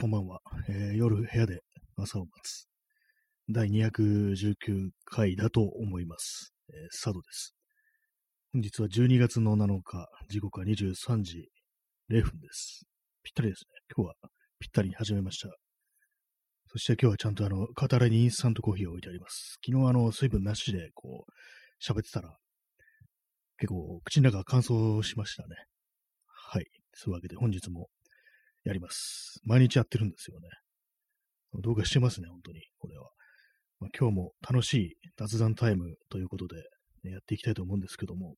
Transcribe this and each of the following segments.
こんばんは。夜部屋で朝を待つ。第219回だと思います。佐渡です。本日は12月の7日、時刻は23時0分です。ぴったりですね。今日はぴったりに始めました。そして今日はちゃんと片手にインスタントコーヒーを置いてあります。昨日水分なしで喋ってたら、結構口の中が乾燥しましたね。はい。そういうわけで本日もやります。毎日やってるんですよね。動画してますね、本当に、これは。今日も楽しい雑談タイムということで、やっていきたいと思うんですけども、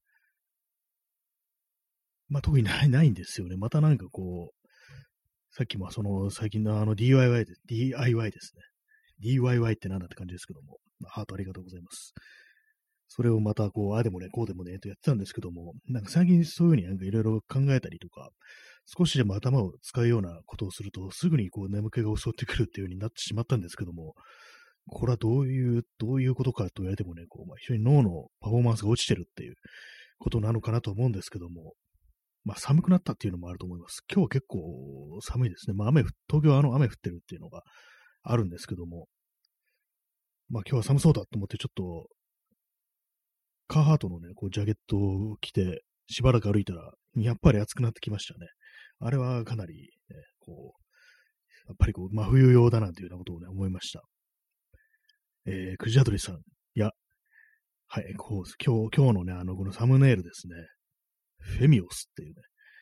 特にないんですよね。またなんかさっきも最近のDIY ですね。DIY ってなんだって感じですけども、ハートありがとうございます。それをまたああでもね、こうでもね、とやってたんですけども、なんか最近そういうふうになんかいろいろ考えたりとか、少しでも頭を使うようなことをすると、すぐに眠気が襲ってくるっていう風になってしまったんですけども、これはどういうことかと言われてもね、非常に脳のパフォーマンスが落ちてるっていうことなのかなと思うんですけども、寒くなったっていうのもあると思います。今日は結構寒いですね。東京は雨降ってるっていうのがあるんですけども、今日は寒そうだと思ってちょっとカーハートのね、ジャケットを着て、しばらく歩いたら、やっぱり暑くなってきましたね。あれはかなり、ね、やっぱり真冬用だなんていうようなことをね、思いました。クジラドリさん。いや、はい、今日のね、このサムネイルですね。フェミオスっていうね、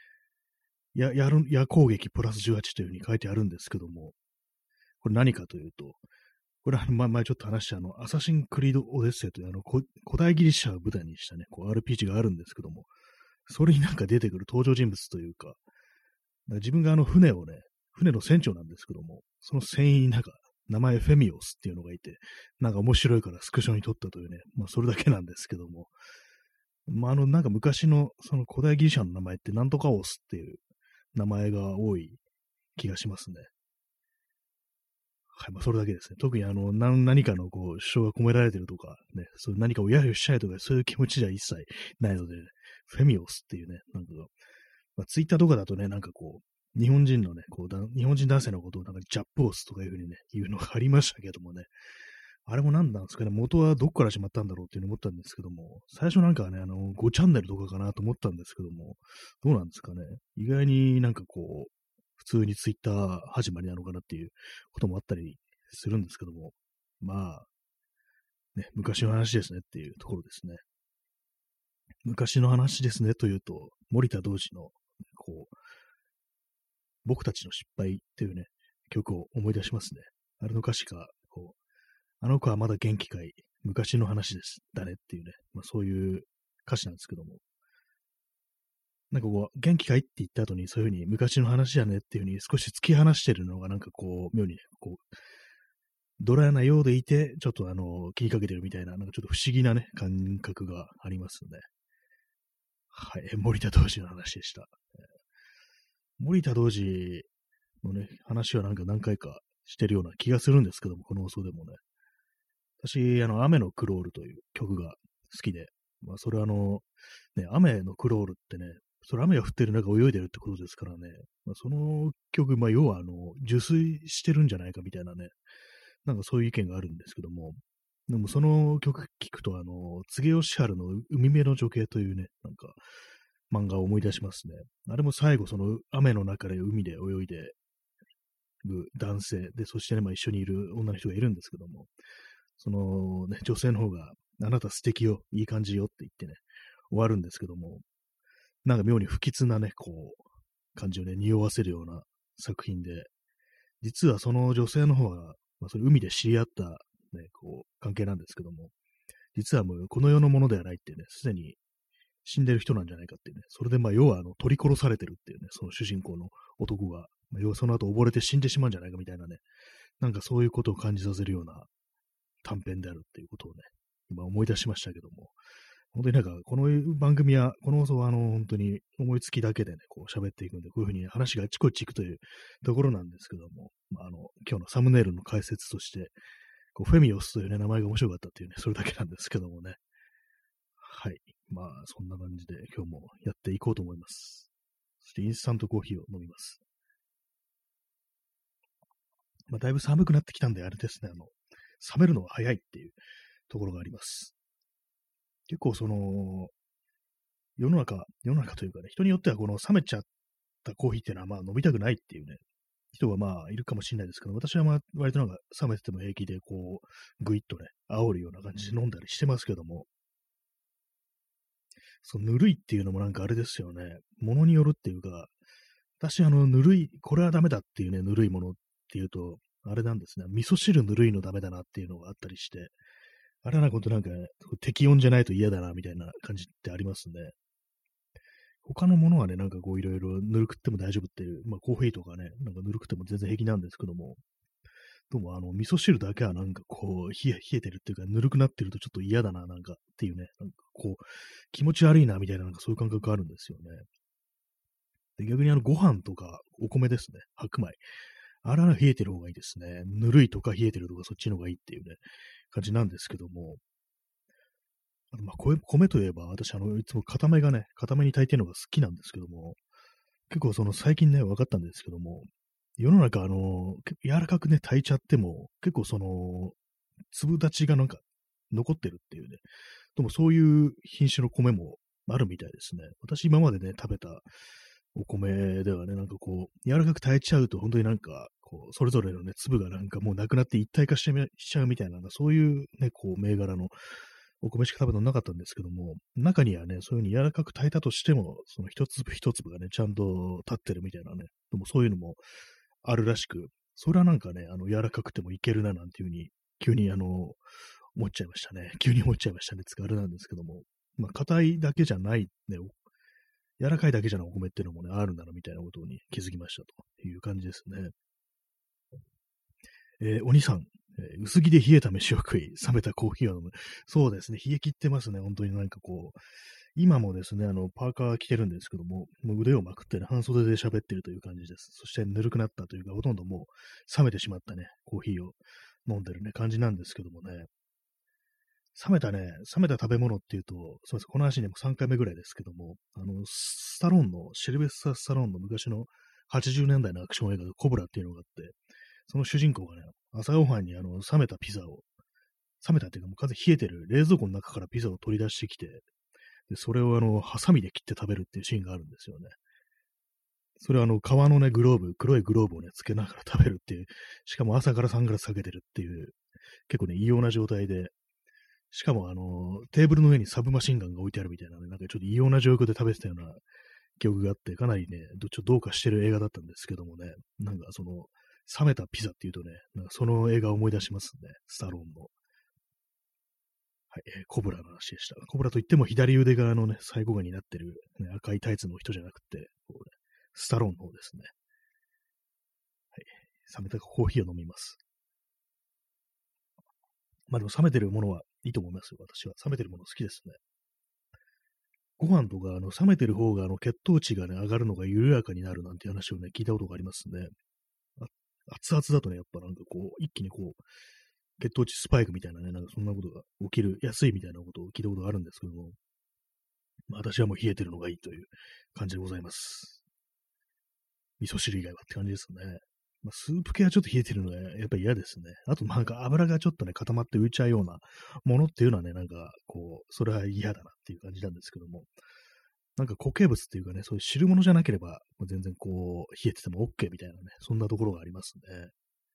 矢攻撃プラス18というふうに書いてあるんですけども、これ何かというと、これは前ちょっと話したアサシンクリードオデッセイという古代ギリシャを舞台にしたね、RPG があるんですけども、それになんか出てくる登場人物というか、自分が船の船長なんですけども、その船員になんか、名前フェミオスっていうのがいて、なんか面白いからスクショに撮ったというね、それだけなんですけども、なんか昔のその古代ギリシャの名前ってなんとかオスっていう名前が多い気がしますね。はい、それだけですね。特に何かの主張が込められてるとか、ね、そういう何かを揶揄したいとか、そういう気持ちじゃ一切ないので、ね、フェミオスっていうね、なんか、ツイッターとかだとね、なんか日本人のね、日本人男性のことをなんかジャップオスとかいうふうにね、言うのがありましたけどもね、あれも何なんですかね、元はどこから始まったんだろうっていうのを思ったんですけども、最初なんかね、5チャンネルとかかなと思ったんですけども、どうなんですかね。意外になんか普通にツイッター始まりなのかなっていうこともあったりするんですけども、昔の話ですねっていうところですね。昔の話ですねというと、森田童子の、僕たちの失敗っていうね、曲を思い出しますね。あれの歌詞が、あの子はまだ元気かい、昔の話です。だねっていうね、そういう歌詞なんですけども、なんか元気かいって言った後に、そういうふうに昔の話やねっていうふうに少し突き放してるのが、なんか妙にね、ドライなようでいて、ちょっと気にかけてるみたいな、なんかちょっと不思議なね、感覚がありますね。はい、森田童子の話でした。森田童子のね、話はなんか何回かしてるような気がするんですけども、この放送でもね。私、雨のクロールという曲が好きで、それはね、雨のクロールってね、それ雨が降ってる中泳いでるってことですからね、その曲、要は受水してるんじゃないかみたいなね、なんかそういう意見があるんですけども、でもその曲聴くと、柘植義治の海辺の女系というね、なんか漫画を思い出しますね。あれも最後、その雨の中で海で泳いでる男性で、そしてね、一緒にいる女の人がいるんですけども、そのね、女性の方が、あなた素敵よ、いい感じよって言ってね、終わるんですけども、なんか妙に不吉なね、感じをね、匂わせるような作品で、実はその女性の方が、それ海で知り合った、ね、関係なんですけども、実はもうこの世のものではないってね、すでに死んでる人なんじゃないかっていうね、それで要は取り殺されてるっていうね、その主人公の男が、要はその後溺れて死んでしまうんじゃないかみたいなね、なんかそういうことを感じさせるような短編であるっていうことをね、今思い出しましたけども、本当になんか、この番組は、この放送は本当に思いつきだけでね、喋っていくんで、こういうふうに話があちこち行くというところなんですけども、今日のサムネイルの解説として、フェミオスというね、名前が面白かったっていうね、それだけなんですけどもね。はい。そんな感じで今日もやっていこうと思います。そしてインスタントコーヒーを飲みます。 まあ、だいぶ寒くなってきたんで、あれですね、冷めるのは早いっていうところがあります。結構世の中というかね、人によってはこの冷めちゃったコーヒーっていうのはまあ飲みたくないっていうね、人がまあいるかもしれないですけど、私はまあ割となんか冷めてても平気でこう、ぐいっとね、煽るような感じで飲んだりしてますけども、ぬるいっていうのもなんかあれですよね、ものによるっていうか、私ぬるい、これはダメだっていうね、ぬるいものっていうと、あれなんですね、味噌汁ぬるいのダメだなっていうのがあったりして、あれはなんかね、適温じゃないと嫌だなみたいな感じってありますね。他のものはね、なんかこういろいろぬるくっても大丈夫っていう、まあコーヒーとかね、なんかぬるくても全然平気なんですけども、どうも味噌汁だけはなんかこう冷えてるっていうか、ぬるくなってるとちょっと嫌だな、なんかっていうね、なんかこう気持ち悪いなみたいな、なんかそういう感覚があるんですよね。で、逆にご飯とかお米ですね、白米。あれは冷えてる方がいいですね。ぬるいとか冷えてるとかそっちの方がいいっていうね、感じなんですけども、まあ、米といえば、私、いつも固めに炊いてるのが好きなんですけども、結構最近ね、分かったんですけども、世の中、柔らかくね、炊いちゃっても、結構粒立ちがなんか残ってるっていうね、でもそういう品種の米もあるみたいですね。私今までね、食べたお米ではね、なんかこう、柔らかく炊いちゃうと、本当になんか、こう、それぞれのね、粒がなんかもうなくなって一体化しちゃうみたいな、そういうね、こう、銘柄のお米しか食べたことなかったんですけども、中にはね、そういう風に柔らかく炊いたとしても、その一粒一粒がね、ちゃんと立ってるみたいなね、でもそういうのもあるらしく、それはなんかね、柔らかくてもいけるななんていう風に、急に思っちゃいましたね。急に思っちゃいましたね。つかあれなんですけども、まあ、硬いだけじゃないね、柔らかいだけじゃないお米っていうのもね、あるんだなみたいなことに気づきましたという感じですね。お兄さん、薄着で冷えた飯を食い、冷めたコーヒーを飲む。そうですね、冷え切ってますね、本当になんかこう、今もですね、パーカー着てるんですけども、もう腕をまくってね、半袖で喋ってるという感じです。そしてぬるくなったというか、ほとんどもう冷めてしまったね、コーヒーを飲んでるね、感じなんですけどもね、冷めた食べ物っていうと、すみません、この話にも3回目ぐらいですけども、シルベスター・スタローンの昔の80年代のアクション映画でコブラっていうのがあって、その主人公がね、朝ごはんに冷めたピザを、冷めたっていうかもう完全に冷えてる冷蔵庫の中からピザを取り出してきて、で、それをハサミで切って食べるっていうシーンがあるんですよね。それは革のね、黒いグローブをね、つけながら食べるっていう、しかも朝からサングラスかけてるっていう、結構ね、異様な状態で、しかもテーブルの上にサブマシンガンが置いてあるみたいなね、なんかちょっと異様な状況で食べてたような記憶があって、かなりね、ちょっとどうかしてる映画だったんですけどもね、なんか冷めたピザっていうとね、なんかその映画を思い出しますね、スタローンの。はい、コブラの話でした。コブラといっても左腕側のね、最後側になってる、ね、赤いタイツの人じゃなくて、こうね、スタローンの方ですね。はい。冷めたコーヒーを飲みます。まあでも冷めてるものはいいと思いますよ、私は。冷めてるもの好きですね。ご飯とか、冷めてる方が、血糖値がね、上がるのが緩やかになるなんて話をね、聞いたことがありますね。熱々だとね、やっぱなんかこう、一気にこう、血糖値スパイクみたいなね、なんかそんなことが起きる、安いみたいなことを聞いたことがあるんですけども、まあ、私はもう冷えてるのがいいという感じでございます。味噌汁以外はって感じですね。まあ、スープ系はちょっと冷えてるのがやっぱり嫌ですね。あとなんか油がちょっとね、固まって浮いちゃうようなものっていうのはね、なんかこう、それは嫌だなっていう感じなんですけども、なんか固形物っていうかね、そういう汁物じゃなければ、全然こう、冷えてても OK みたいなね、そんなところがありますね。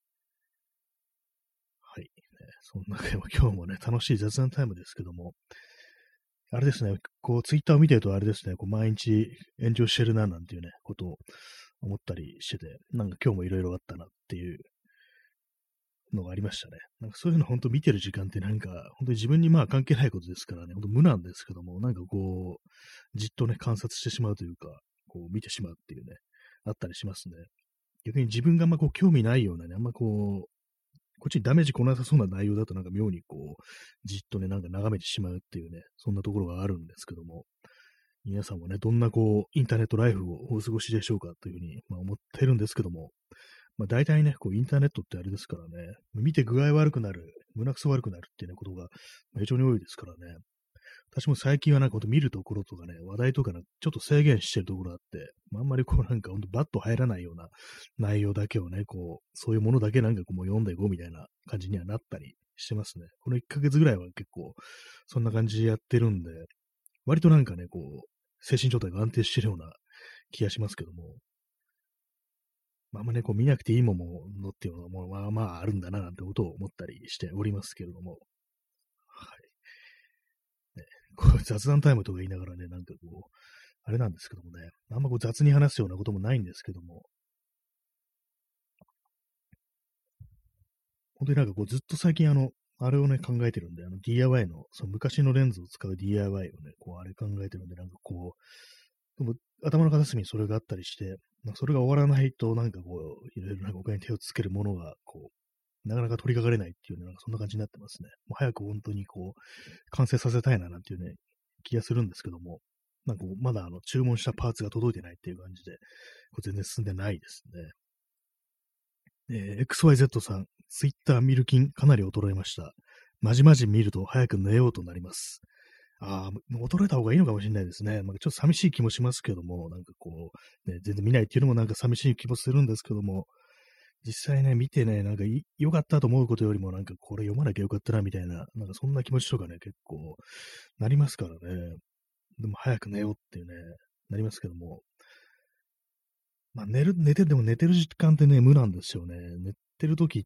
はい。ね、そんな、今日もね、楽しい雑談タイムですけども、あれですね、こう、ツイッターを見てるとあれですね、こう、毎日炎上してるな、なんていうね、ことを思ったりしてて、なんか今日もいろいろあったなっていうのがありましたね。なんかそういうの本当見てる時間ってなんか、本当に自分にまあ関係ないことですからね、本当無なんですけども、なんかこう、じっとね、観察してしまうというか、こう見てしまうっていうね、あったりしますね。逆に自分があんまこう興味ないようなね、あんまこう、こっちにダメージ来なさそうな内容だとなんか妙にこう、じっとね、なんか眺めてしまうっていうね、そんなところがあるんですけども、皆さんはね、どんなこう、インターネットライフをお過ごしでしょうかというふうに、まあ、思ってるんですけども、まあ、大体ね、こう、インターネットってあれですからね、見て具合悪くなる、胸くそ悪くなるっていうね、ことが非常に多いですからね。 私も最近はなんかほんと見るところとかね、話題とかちょっと制限してるところあって、あんまりこうなんかほんとバッと入らないような内容だけをね、こう、そういうものだけなんかこうもう読んでいこうみたいな感じにはなったりしてますね。この1ヶ月ぐらいは結構そんな感じでやってるんで、割となんかね、こう、精神状態が安定してるような気がしますけども、まあんまね、こう見なくていいものっていうのはもうまあまああるんだななんてことを思ったりしておりますけれども、はい。ね、こう雑談タイムとか言いながらね、なんかこう、あれなんですけどもね、あんまこう雑に話すようなこともないんですけども、本当になんかこうずっと最近あれをね、考えてるんで、DIY の、その昔のレンズを使う DIY をね、こうあれ考えてるんで、なんかこう、でも頭の片隅にそれがあったりして、それが終わらないと、なんかこう、いろいろなんか他に手をつけるものが、こう、なかなか取り掛かれないっていうね、なんかそんな感じになってますね。もう早く本当にこう、完成させたいななんていうね、気がするんですけども、なんかこうまだ注文したパーツが届いてないっていう感じで、こう全然進んでないですね。XYZ さん、ツイッター見る気かなり衰えました。まじまじ見ると早く寝ようとなります。ああ、もう衰えた方がいいのかもしれないですね。ちょっと寂しい気もしますけども、なんかこう、ね、全然見ないっていうのもなんか寂しい気もするんですけども、実際ね、見てね、なんか良かったと思うことよりも、なんかこれ読まなきゃよかったな、みたいな、なんかそんな気持ちとかね、結構なりますからね。でも早く寝ようっていうね、なりますけども、まあでも寝てる時間ってね、無なんですよね。寝てる時って、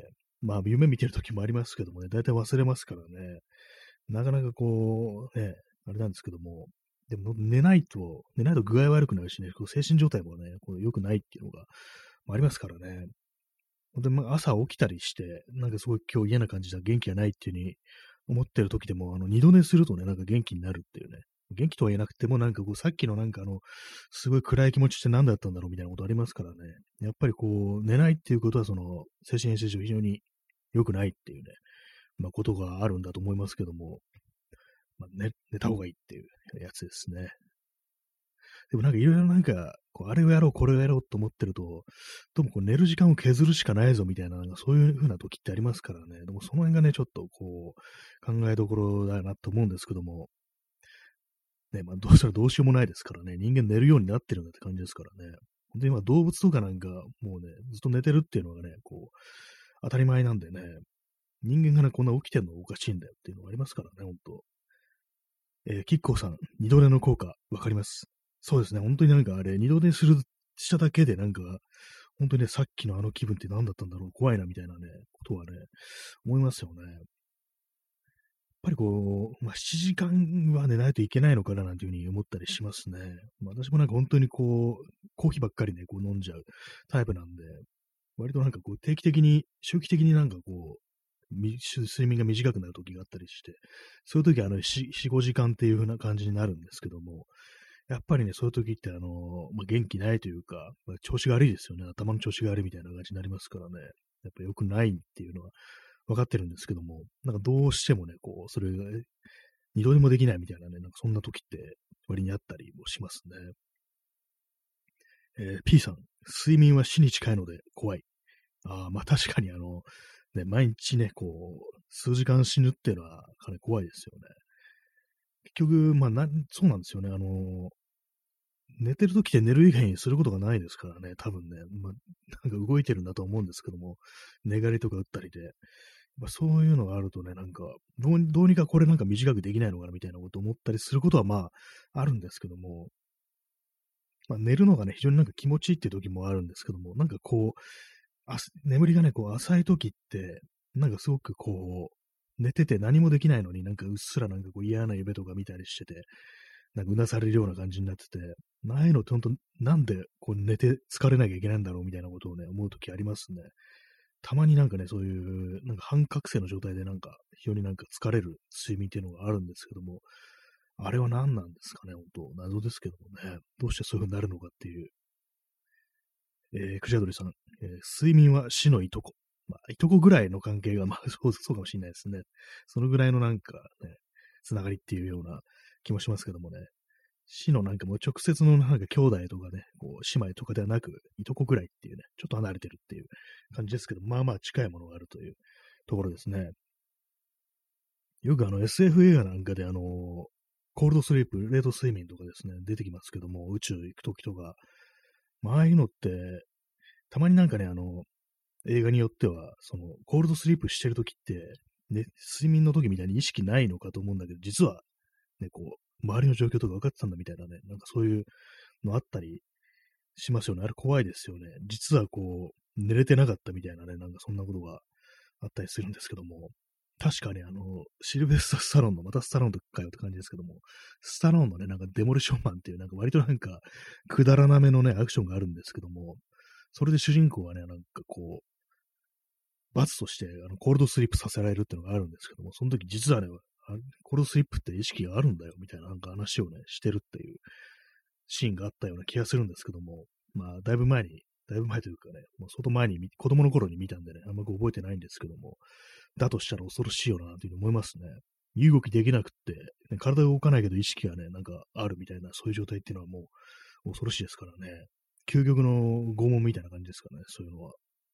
まあ夢見てる時もありますけどもね、だいたい忘れますからね。なかなかこう、ね、あれなんですけども、でも寝ないと具合悪くなるしね、こう精神状態もね、こう良くないっていうのがありますからね。で、まあ、朝起きたりして、なんかすごい今日嫌な感じだ、元気がないっていう風に思ってる時でも、二度寝するとね、なんか元気になるっていうね。元気とは言えなくても、なんかこう、さっきのなんかすごい暗い気持ちって何だったんだろうみたいなことありますからね。やっぱりこう、寝ないっていうことは、精神衛生上非常に良くないっていうね、まあ、ことがあるんだと思いますけども、まあ、寝た方がいいっていうやつですね。でもなんかいろいろなんか、こうあれをやろう、これをやろうと思ってると、どうもこう寝る時間を削るしかないぞみたいな、なんかそういう風な時ってありますからね。でもその辺がね、ちょっとこう、考えどころだなと思うんですけども、ね、まあどうしたらどうしようもないですからね。人間寝るようになってるんだって感じですからね。本当に今動物とかなんか、もうね、ずっと寝てるっていうのがね、こう、当たり前なんでね、人間がね、こんな起きてるのがおかしいんだよっていうのがありますからね、本当。キッコーさん、二度寝の効果、わかります。そうですね、本当になんかあれ、二度寝しただけでなんか、本当にね、さっきのあの気分って何だったんだろう、怖いなみたいなね、ことはね、思いますよね。やっぱりこう、まあ、7時間は寝ないといけないのかななんていうふうに思ったりしますね。まあ、私もなんか本当にこう、コーヒーばっかりね、こう飲んじゃうタイプなんで、割となんかこう、定期的に、周期的になんかこう、睡眠が短くなる時があったりして、そういう時は4、5時間っていう風な感じになるんですけども、やっぱりね、そういう時ってまあ、元気ないというか、まあ、調子が悪いですよね。頭の調子が悪いみたいな感じになりますからね。やっぱ良くないっていうのは分かってるんですけども、なんかどうしてもね、こう、それが二度でもできないみたいなね、なんかそんな時って割にあったりもしますね。P さん、睡眠は死に近いので怖い。ああ、まあ確かにね、毎日ね、こう、数時間死ぬっていうのはかなり怖いですよね。結局、まあそうなんですよね。寝てる時って寝る以外にすることがないですからね、多分ね、まあ、なんか動いてるんだと思うんですけども、寝返りとか打ったりで、まあ、そういうのがあるとね、なんかどうにかこれなんか短くできないのかなみたいなことを思ったりすることはまあ、あるんですけども、まあ、寝るのがね、非常になんか気持ちいいっていう時もあるんですけども、なんかこう、眠りがね、こう浅い時って、なんかすごくこう、寝てて何もできないのになんかうっすらなんかこう嫌な夢とか見たりしてて、なんかうなされるような感じになってて、ああいうのって本当なんでこう寝て疲れなきゃいけないんだろうみたいなことをね、思う時ありますね。たまになんかね、そういう、なんか半覚醒の状態でなんか、非常になんか疲れる睡眠っていうのがあるんですけども、あれは何なんですかね、本当謎ですけどもね。どうしてそういう風になるのかっていう。クジャドリさん、睡眠は死のいとこ。まあ、いとこぐらいの関係が、まあ、そうかもしれないですね。そのぐらいのなんかね、つながりっていうような気もしますけどもね。死のなんかもう直接のなんか兄弟とかね、こう姉妹とかではなく、いとこぐらいっていうね、ちょっと離れてるっていう感じですけど、まあまあ近いものがあるというところですね。よくSF 映画なんかでコールドスリープ、レート睡眠とかですね、出てきますけども、宇宙行くときとか、まあ、ああいうのって、たまになんかね、映画によっては、コールドスリープしてるときって、ね、睡眠の時みたいに意識ないのかと思うんだけど、実は、ね、周りの状況とか分かってたんだみたいなね、なんかそういうのあったりしますよね。あれ怖いですよね。実は寝れてなかったみたいなね、なんかそんなことがあったりするんですけども、確かね、シルベスタ・スタローンの、またスタローンとかよって感じですけども、スタローンのね、なんかデモリションマンっていう、なんか割となんか、くだらなめのね、アクションがあるんですけども、それで主人公はね、なんか罰として、コールドスリープさせられるっていうのがあるんですけども、その時実はね、コールドスリープって意識があるんだよ、みたいななんか話をね、してるっていうシーンがあったような気がするんですけども、まあ、だいぶ前というかね、もう相当前に子供の頃に見たんでね、あんま覚えてないんですけども、だとしたら恐ろしいよな、というふうに思いますね。身動きできなくって、ね、体が動かないけど意識がね、なんかあるみたいな、そういう状態っていうのはもう恐ろしいですからね。究極の拷問みたいな感じですかね、そういうのは。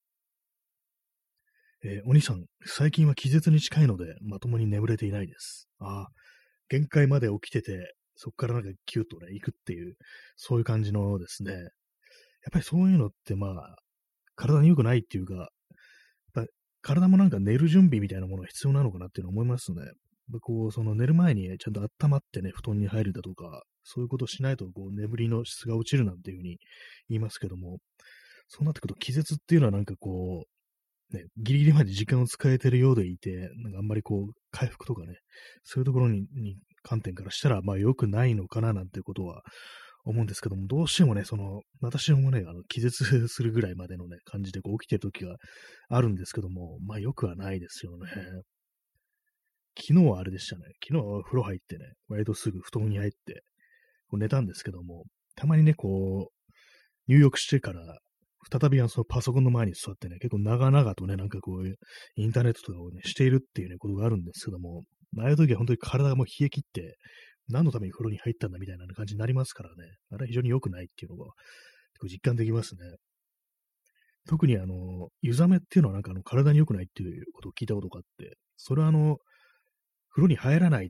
お兄さん、最近は気絶に近いので、まともに眠れていないです。ああ、限界まで起きてて、そこからなんかキュッとね、行くっていう、そういう感じのですね。やっぱりそういうのって、まあ、体に良くないっていうか、やっぱ体もなんか寝る準備みたいなものが必要なのかなっていうのは思いますね。やっぱその寝る前にちゃんと温まってね、布団に入るだとか、そういうことをしないと、眠りの質が落ちるなんていうふうに言いますけども、そうなってくると気絶っていうのはなんかね、ギリギリまで時間を使えてるようでいて、なんかあんまり回復とかね、そういうところに観点からしたら、まあ良くないのかななんていうことは思うんですけども、どうしてもね、私もね、気絶するぐらいまでのね、感じで起きてる時があるんですけども、まあ良くはないですよね。昨日はあれでしたね。昨日は風呂入ってね、割とすぐ布団に入って、寝たんですけども、たまにね、入浴してから、再びそのパソコンの前に座ってね、結構長々とね、なんかインターネットとかをね、しているっていうね、ことがあるんですけども、ああいう時は本当に体がもう冷え切って、何のために風呂に入ったんだみたいな感じになりますからね、あれは非常に良くないっていうのが、結構実感できますね。特に湯冷めっていうのはなんか体に良くないっていうことを聞いたことがあって、それは風呂に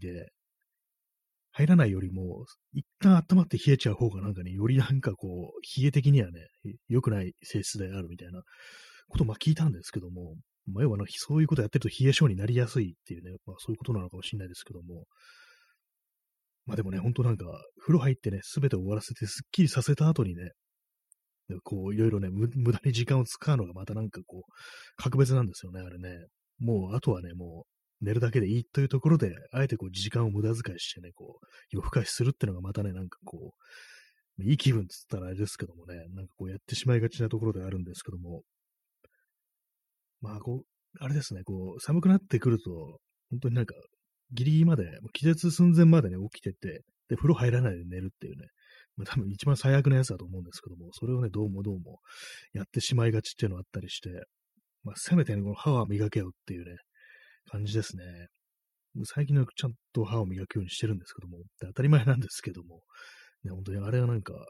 入らないよりも、一旦温まって冷えちゃう方がなんかね、よりなんか冷え的にはね、良くない性質であるみたいなことをまあ聞いたんですけども、まあ、要はそういうことやってると冷え性になりやすいっていうね、まあそういうことなのかもしれないですけども、まあでもね、ほんとなんか、風呂入ってね、すべて終わらせてすっきりさせた後にね、いろいろね、無駄に時間を使うのがまたなんか格別なんですよね、あれね。もう、あとはね、もう、寝るだけでいいというところで、あえて時間を無駄遣いしてね、夜更かしするっていうのがまたね、なんかいい気分っつったらあれですけどもね、なんかやってしまいがちなところであるんですけども、まあ、あれですね、寒くなってくると、本当になんか、ギリギリまで、もう気絶寸前までね、起きてて、で、風呂入らないで寝るっていうね、まあ、多分一番最悪なやつだと思うんですけども、それをね、どうもやってしまいがちっていうのがあったりして、まあ、せめてね、この歯は磨けよっていうね、感じですね。最近のちゃんと歯を磨くようにしてるんですけども、当たり前なんですけども、ね、本当にあれはなんか、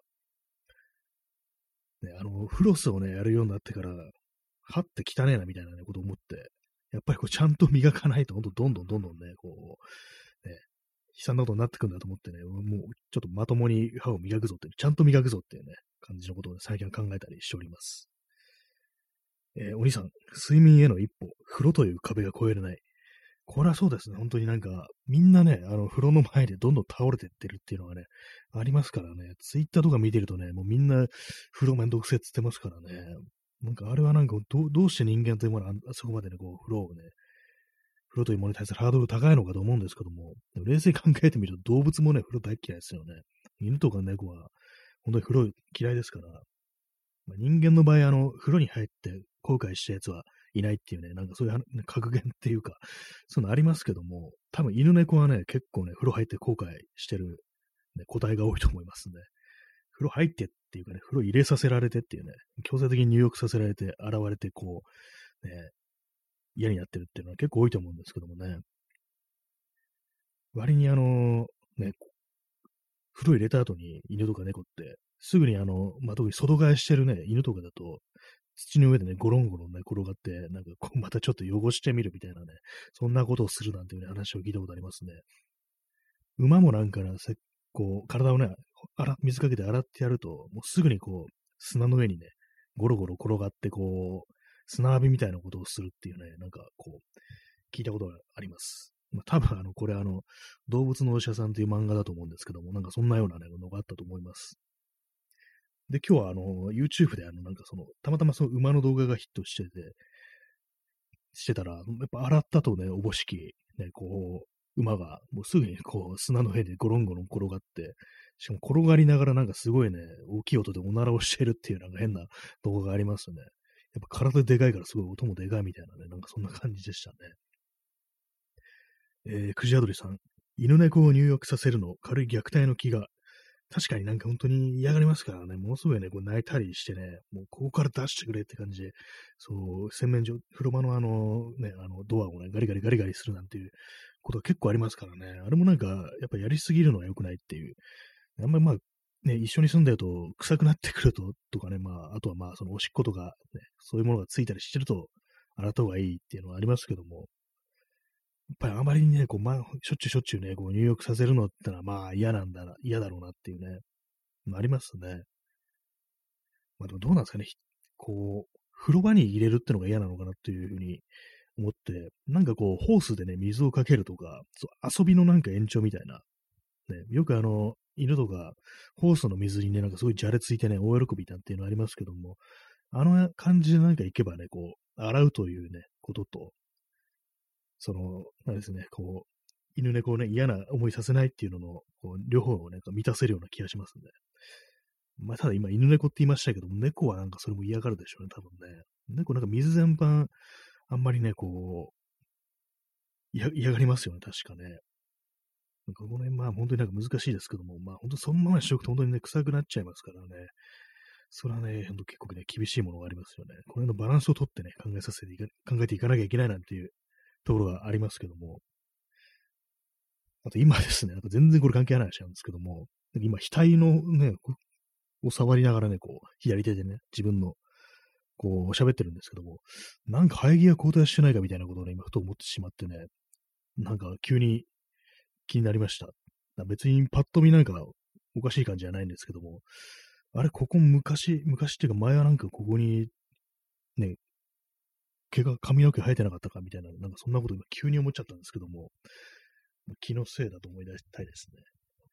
ね、フロスをね、やるようになってから、歯って汚ねえなみたいなね、ことを思って、やっぱりちゃんと磨かないと、ほんとどんどんね、ね、悲惨なことになってくんだと思ってね、もうちょっとまともに歯を磨くぞって、ちゃんと磨くぞっていうね、感じのことを、ね、最近は考えたりしております。お兄さん、睡眠への一歩、風呂という壁が越えれない。これはそうですね。本当になんか、みんなね、風呂の前でどんどん倒れてってるっていうのがね、ありますからね。ツイッターとか見てるとね、もうみんな風呂めんどくせえって言ってますからね。なんかあれはなんかどうして人間というものはあそこまでね、風呂というものに対するハードル高いのかと思うんですけども、でも冷静に考えてみると動物もね、風呂大嫌いですよね。犬とか猫は本当に風呂嫌いですから、まあ、人間の場合、風呂に入って後悔したやつはいないっていうね、なんかそういう格言っていうか、そういうのありますけども、多分犬猫はね、結構ね、風呂入って後悔してる、ね、個体が多いと思いますね。風呂入ってっていうかね、風呂入れさせられてっていうね、強制的に入浴させられて、現れて、ね、嫌になってるっていうのは結構多いと思うんですけどもね。割にね、風呂入れた後に犬とか猫って、すぐにまあ、特に外替えしてるね、犬とかだと、土の上でね、ゴロンゴロンね、転がって、なんかまたちょっと汚してみるみたいなね、そんなことをするなんていうね、話を聞いたことありますね。 馬もなんかね、こう、体をね、水かけて洗ってやると、もうすぐにこう、砂の上にね、ゴロゴロ転がって、こう、砂浴びみたいなことをするっていうね、なんかこう、聞いたことがあります。まあ、多分これ動物のお医者さんという漫画だと思うんですけども、なんかそんなようなね、のがあったと思います。で、今日はYouTube でなんかたまたまその馬の動画がヒットしてたら、やっぱ洗ったとね、おぼしき、ね、こう、馬が、もうすぐにこう、砂の上でゴロンゴロン転がって、しかも転がりながらなんかすごいね、大きい音でおならをしてるっていうなんか変な動画がありますね。やっぱ体でかいからすごい音もでかいみたいなね、なんかそんな感じでしたね。クジアドリさん。犬猫を入浴させるの、軽い虐待の気が。確かになんか本当に嫌がりますからね、ものすごいね、こう泣いたりしてね、もうここから出してくれって感じで、そう、洗面所、風呂場のドアをね、ガリガリガリガリするなんていうことが結構ありますからね、あれもなんか、やっぱやりすぎるのは良くないっていう、あんまりまあ、ね、一緒に住んでると臭くなってくるとかね、まあ、あとはまあ、そのおしっことか、ね、そういうものがついたりしてると、洗った方がいいっていうのはありますけども、やっぱりあまりにね、こう、しょっちゅうしょっちゅうね、こう入浴させるのってのは、まあ嫌だろうなっていうね、ありますね。まあでもどうなんですかね。こう、風呂場に入れるってのが嫌なのかなっていうふうに思って、なんかこう、ホースでね、水をかけるとか、遊びのなんか延長みたいな。ね、よく犬とか、ホースの水にね、なんかすごいじゃれついてね、大喜びなんていうのありますけども、あの感じでなんか行けばね、こう、洗うというね、ことと、なんですね、こう、犬猫をね、嫌な思いさせないっていうのの、こう両方をね、満たせるような気がしますね。まあ、ただ今、犬猫って言いましたけども、猫はなんかそれも嫌がるでしょうね、多分ね。猫なんか水全般、あんまりね、こう、嫌がりますよね、確かね。なんかこの辺、まあ本当になんか難しいですけども、まあ本当そのままにしておくと本当にね、臭くなっちゃいますからね。それはね、本当結構ね、厳しいものがありますよね。この辺のバランスをとってね、考えていかなきゃいけないなんていうところがありますけども。あと今ですね、なんか全然これ関係ない話なんですけども、今、額のね、を触りながらね、こう、左手でね、自分のこう、喋ってるんですけども、なんか生え際交代してないかみたいなことをね、今、ふと思ってしまってね、なんか急に気になりました。別にパッと見なんかおかしい感じじゃないんですけども、あれ、ここ昔っていうか前はなんかここにね、髪の毛生えてなかったかみたいな、なんかそんなこと今急に思っちゃったんですけども、気のせいだと思い出したいですね。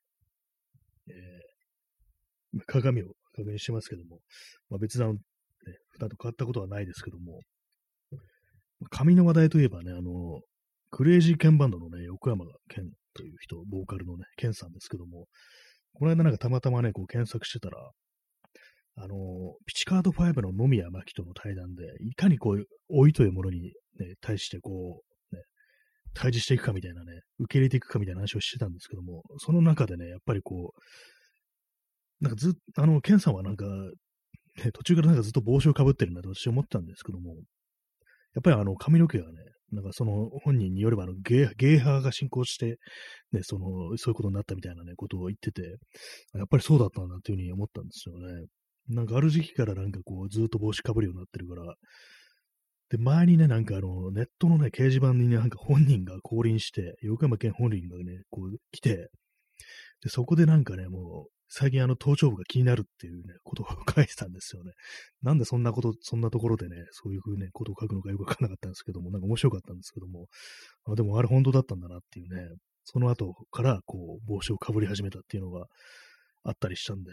鏡を確認してますけども、まあ、別段、ね、普段と変わったことはないですけども、髪の話題といえばね、クレイジーケンバンドのね、横山健という人、ボーカルのね、健さんですけども、この間なんかたまたまね、こう検索してたら、ピチカード5の野宮真紀との対談で、いかにこう、老いというものに、ね、対してこう、ね、対峙していくかみたいなね、受け入れていくかみたいな話をしてたんですけども、その中でね、やっぱりこう、なんかケンさんはなんか、ね、途中からなんかずっと帽子をかぶってるなと私思ったんですけども、やっぱり髪の毛がね、なんかその本人によればゲーハーが進行して、ね、そういうことになったみたいなね、ことを言ってて、やっぱりそうだったんだっていうふうに思ったんですよね。なんかある時期からなんかこうずっと帽子かぶるようになってるから、で、前にね、なんかネットのね、掲示板にね、なんか本人が降臨して、横山健本人がね、こう来て、で、そこでなんかね、もう、最近頭頂部が気になるっていうね、ことを書いてたんですよね。なんでそんなところでね、そういうふうね、ことを書くのかよくわからなかったんですけども、なんか面白かったんですけども、でもあれ本当だったんだなっていうね、その後から、こう、帽子をかぶり始めたっていうのがあったりしたんで、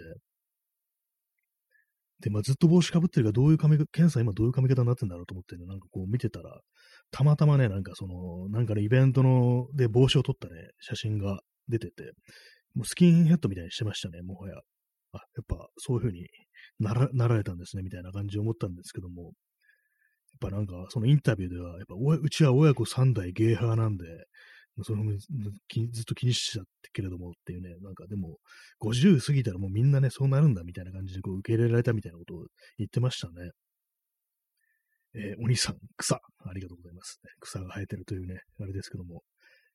で、まあ、ずっと帽子かぶってるから、ケンさん今どういう髪型になってんだろうと思ってね、なんかこう見てたら、たまたまね、なんかなんかね、イベントで帽子を撮ったね、写真が出てて、もうスキンヘッドみたいにしてましたね、もはや。あ、やっぱそういう風になられたんですね、みたいな感じで思ったんですけども、やっぱなんか、そのインタビューでは、やっぱうちは親子3代ゲーハーなんで、ずっと気にしてたけれどもっていうね、なんかでも、50過ぎたらもうみんなね、そうなるんだみたいな感じでこう受け入れられたみたいなことを言ってましたね。お兄さん、草。ありがとうございます。草が生えてるというね、あれですけども。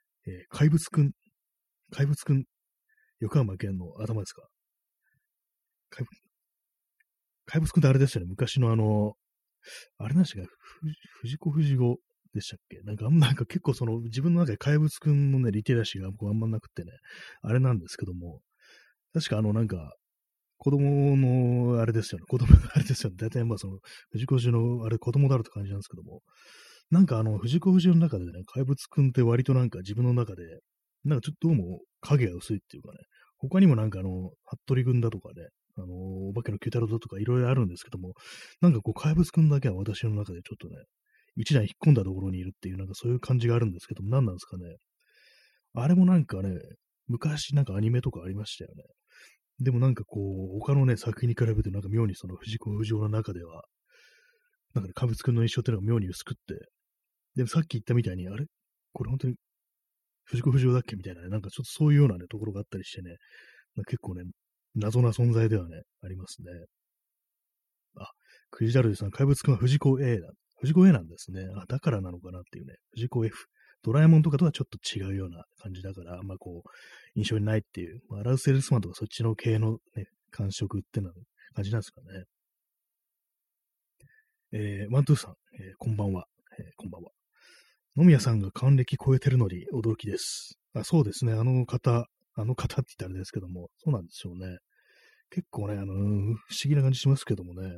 怪物くん、横浜県の頭ですか？怪怪物くんってあれですよね、昔のあれなんでしたっけ、藤子不二雄でしたっけ？なんか結構その自分の中で怪物くんのね、リテラシーがこうあんまなくってね、あれなんですけども、確かなんか、子供のあれですよね、子供のあれですよね、大体まあその、藤子不二雄のあれ子供だろうって感じなんですけども、なんか藤子不二雄の中でね、怪物くんって割となんか自分の中で、なんかちょっとどうも影が薄いっていうかね、他にもなんか服部くんだとかね、お化けの九太郎だとかいろいろあるんですけども、なんかこう怪物くんだけは私の中でちょっとね、一段引っ込んだところにいるっていう、なんかそういう感じがあるんですけども、何なんですかね。あれもなんかね、昔なんかアニメとかありましたよね。でもなんかこう、他のね、作品に比べてなんか妙にその藤子不二雄の中では、なんかね、怪物くんの印象っていうのが妙に薄くって、でもさっき言ったみたいに、あれこれ本当に藤子不二雄だっけみたいなね、なんかちょっとそういうようなね、ところがあったりしてね、まあ、結構ね、謎な存在ではね、ありますね。あ、クジラルデさん、怪物くんは藤子 A だ。藤子 A なんですね。あ、だからなのかなっていうね。藤子 F。ドラえもんとかとはちょっと違うような感じだから、あんまこう、印象にないっていう、まあ、ラウス・セールスマンとかそっちの系のね、感触ってな感じなんですかね。ワントゥーさん、こんばんは。こんばんは。野宮さんが還暦超えてるのに驚きです。あ、そうですね。あの方って言ったらあれですけども、そうなんですよね。結構ね、不思議な感じしますけどもね。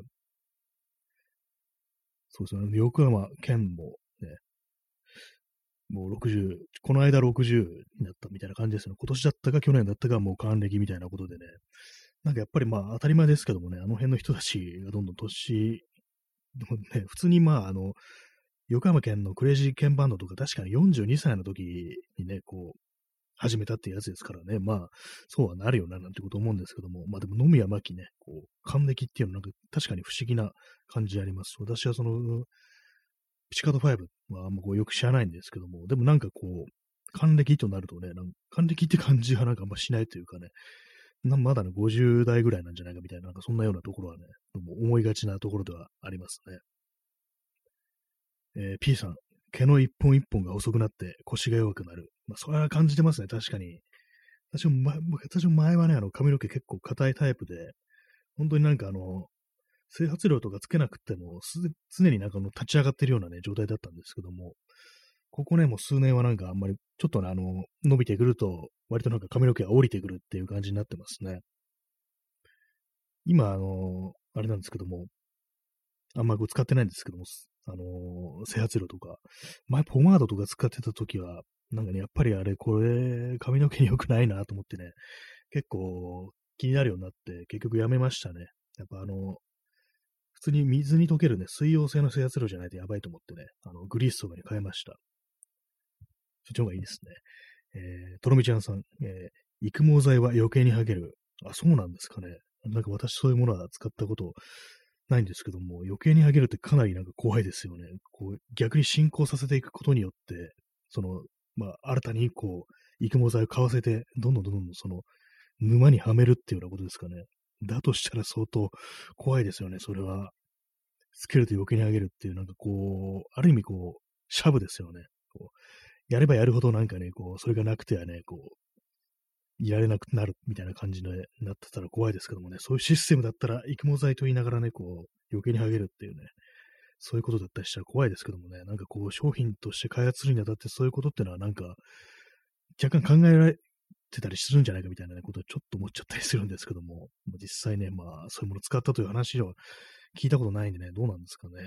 そうですね。横山健もね、もう60、この間60になったみたいな感じですね。今年だったか去年だったかもう還暦みたいなことでね。なんかやっぱりまあ当たり前ですけどもね、あの辺の人たちがどんどん年、ね、普通にまあ横山県のクレイジーケンバンドとか確かに42歳の時にね、こう、始めたっていうやつですからね、まあ、そうはなるよな、なんてこと思うんですけども、まあでも、野宮真紀ね、こう、還暦っていうのはなんか確かに不思議な感じあります。私はその、ピチカート5はあんまこうよく知らないんですけども、でもなんかこう、還暦となるとね、還暦って感じはなんかあんましないというかね、まだね、50代ぐらいなんじゃないかみたいな、なんかそんなようなところはね、どうも思いがちなところではありますね。P さん、毛の一本一本が細くなって腰が弱くなる。まあ、それは感じてますね、確かに。私も前はね、髪の毛結構硬いタイプで、本当になんか整髪料とかつけなくても、常になんか立ち上がってるようなね、状態だったんですけども、ここね、もう数年はなんかあんまり、ちょっとね、伸びてくると、割となんか髪の毛が降りてくるっていう感じになってますね。今、あれなんですけども、あんまこう使ってないんですけども、整髪料とか、前ポマードとか使ってた時は、なんかね、やっぱりあれ、これ、髪の毛に良くないなと思ってね、結構気になるようになって、結局やめましたね。やっぱ普通に水に溶けるね、水溶性の整髪料じゃないとやばいと思ってね、グリースとかに変えました。そっちの方がいいですね。とろみちゃんさん、育毛剤は余計に剥げる。あ、そうなんですかね。なんか私そういうものは使ったことないんですけども、余計に剥げるってかなりなんか怖いですよね。こう、逆に進行させていくことによって、その、まあ、新たにこう、育毛剤を買わせて、どんどんその、沼にはめるっていうようなことですかね。だとしたら相当怖いですよね、それは。つけると余計に剥げるっていう、なんかこう、ある意味こう、シャブですよね。こうやればやるほどなんかね、こう、それがなくてはね、こう、いられなくなるみたいな感じになってたら怖いですけどもね、そういうシステムだったら、育毛剤と言いながらね、こう、余計に剥げるっていうね、そういうことだったりしたら怖いですけどもね、なんかこう、商品として開発するにあたってそういうことってのはなんか、若干考えられてたりするんじゃないかみたいな、ね、ことをちょっと思っちゃったりするんですけども、実際ね、まあ、そういうものを使ったという話は聞いたことないんでね、どうなんですかね。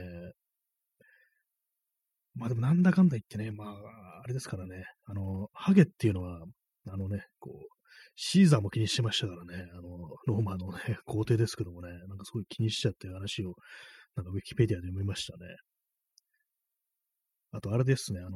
まあでもなんだかんだ言ってね、まあ、あれですからね、ハゲっていうのは、こう、シーザーも気にしてましたからね、ローマのね、皇帝ですけどもね、なんかすごい気にしちゃって話を、なんかウィキペディアで読みましたね。あとあれですね、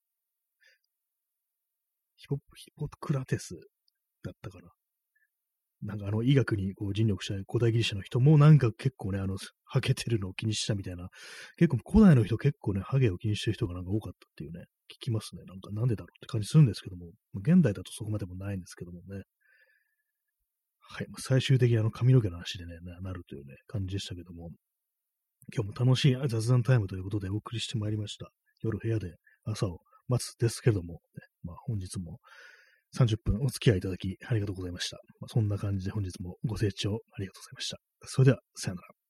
ヒポクラテスだったかな。なんか医学にこう尽力した古代ギリシャの人もなんか結構ね、ハゲてるのを気にしたみたいな、結構古代の人結構ね、ハゲを気にしてる人がなんか多かったっていうね、聞きますね。なんかなんでだろうって感じするんですけども、現代だとそこまでもないんですけどもね。はい。最終的に髪の毛の話でね、なるというね、感じでしたけども、今日も楽しい雑談タイムということでお送りしてまいりました。夜部屋で朝を待つですけども、ね、まあ本日も30分お付き合いいただきありがとうございました。まあ、そんな感じで本日もご清聴ありがとうございました。それでは、さよなら。